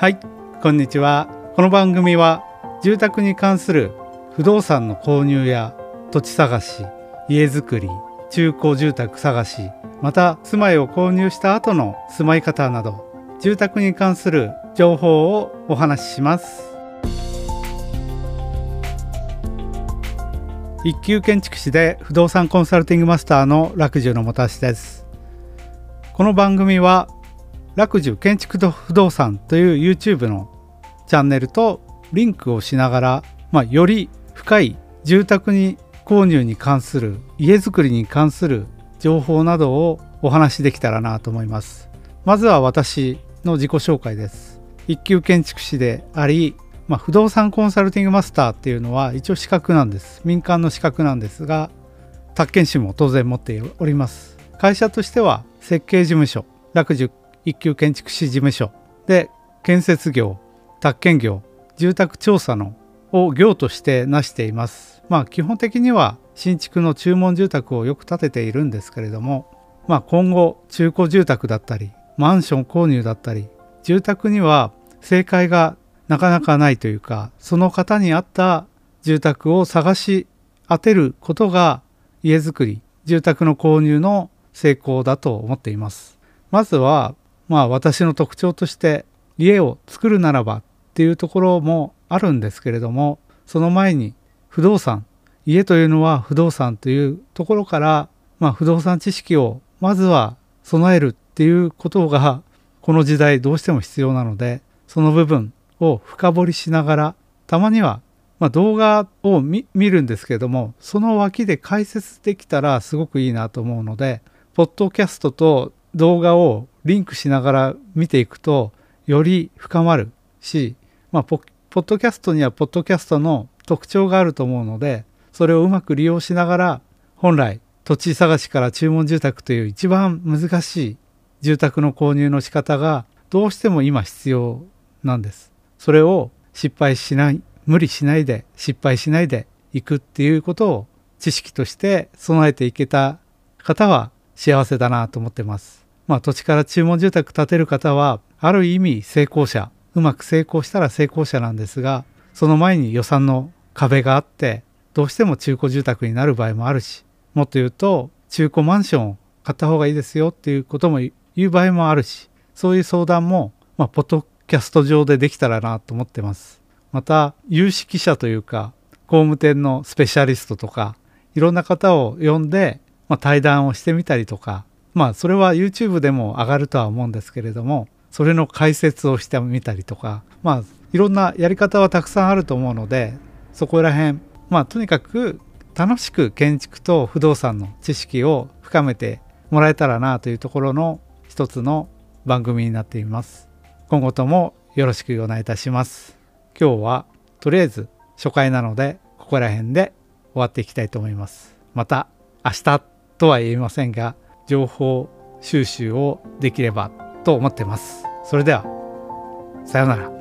はい、こんにちは。この番組は住宅に関する不動産の購入や土地探し、家づくり、中古住宅探し、また住まいを購入した後の住まい方など住宅に関する情報をお話しします。一級建築士で不動産コンサルティングマスターの楽寿のもたしです。この番組は楽寿建築と不動産という YouTube のチャンネルとリンクをしながら、より深い住宅に購入に関する家づくりに関する情報などをお話しできたらなと思います。まずは私の自己紹介です。一級建築士であり、不動産コンサルティングマスターっていうのは一応資格なんです。民間の資格なんですが、宅建士も当然持っております。会社としては設計事務所、楽寿一級建築士事務所で建設業、宅建業、住宅調査を業として成しています。基本的には新築の注文住宅をよく建てているんですけれども、今後中古住宅だったりマンション購入だったり住宅には正解がなかなかないというか、その方に合った住宅を探し当てることが家づくり、住宅の購入の成功だと思っています。まずは私の特徴として家を作るならばっていうところもあるんですけれども、その前に不動産、家というのは不動産というところから、不動産知識をまずは備えるっていうことがこの時代どうしても必要なので、その部分を深掘りしながら、たまには動画を見るんですけれども、その脇で解説できたらすごくいいなと思うので、ポッドキャストと動画をリンクしながら見ていくとより深まるし、ポッドキャストにはポッドキャストの特徴があると思うので、それをうまく利用しながら、本来土地探しから注文住宅という一番難しい住宅の購入の仕方がどうしても今必要なんです。それを失敗しない、無理しないで失敗しないでいくっていうことを知識として備えていけた方は幸せだなと思ってます。土地から注文住宅建てる方はある意味成功者、うまく成功したら成功者なんですが、その前に予算の壁があってどうしても中古住宅になる場合もあるし、もっと言うと中古マンションを買った方がいいですよっていうことも言う場合もあるし、そういう相談もポッドキャスト上でできたらなと思ってます。また有識者というか工務店のスペシャリストとかいろんな方を呼んで、対談をしてみたりとか、それは YouTube でも上がるとは思うんですけれども、それの解説をしてみたりとか、いろんなやり方はたくさんあると思うので、そこら辺とにかく楽しく建築と不動産の知識を深めてもらえたらなというところの一つの番組になっています。今後ともよろしくお願いいたします。今日はとりあえず初回なのでここら辺で終わっていきたいと思います。また明日とは言えませんが、情報収集をできればと思ってます。それではさようなら。